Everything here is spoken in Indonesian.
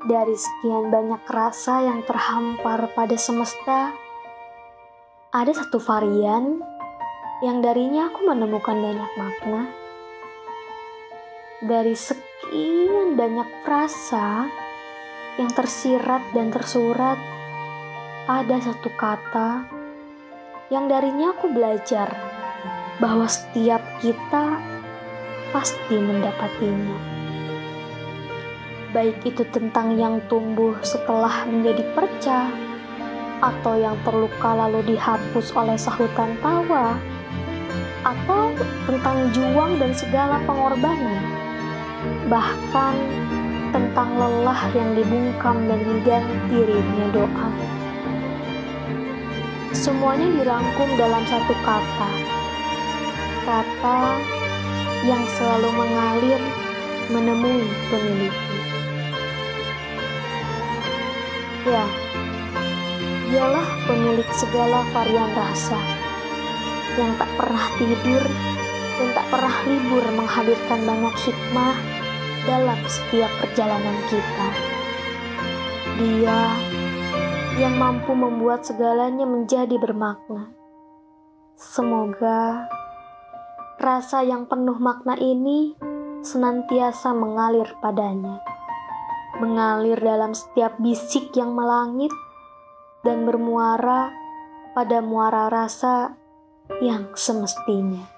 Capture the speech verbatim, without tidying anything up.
Dari sekian banyak rasa yang terhampar pada semesta, ada satu varian yang darinya aku menemukan banyak makna. Dari sekian banyak frasa yang tersirat dan tersurat, ada satu kata yang darinya aku belajar bahwa setiap kita pasti mendapatinya. Baik itu tentang yang tumbuh setelah menjadi perca, atau yang terluka lalu dihapus oleh sahutan tawa, atau tentang juang dan segala pengorbanan, bahkan tentang lelah yang dibungkam dan diganti ritme doa. Semuanya dirangkum dalam satu kata, kata yang selalu mengalir menemui pemiliknya. Ya, dialah pemilik segala varian rasa yang tak pernah tidur dan tak pernah libur menghadirkan banyak hikmah dalam setiap perjalanan kita. Dia yang mampu membuat segalanya menjadi bermakna. Semoga rasa yang penuh makna ini senantiasa mengalir padanya, mengalir dalam setiap bisik yang melangit dan bermuara pada muara rasa yang semestinya.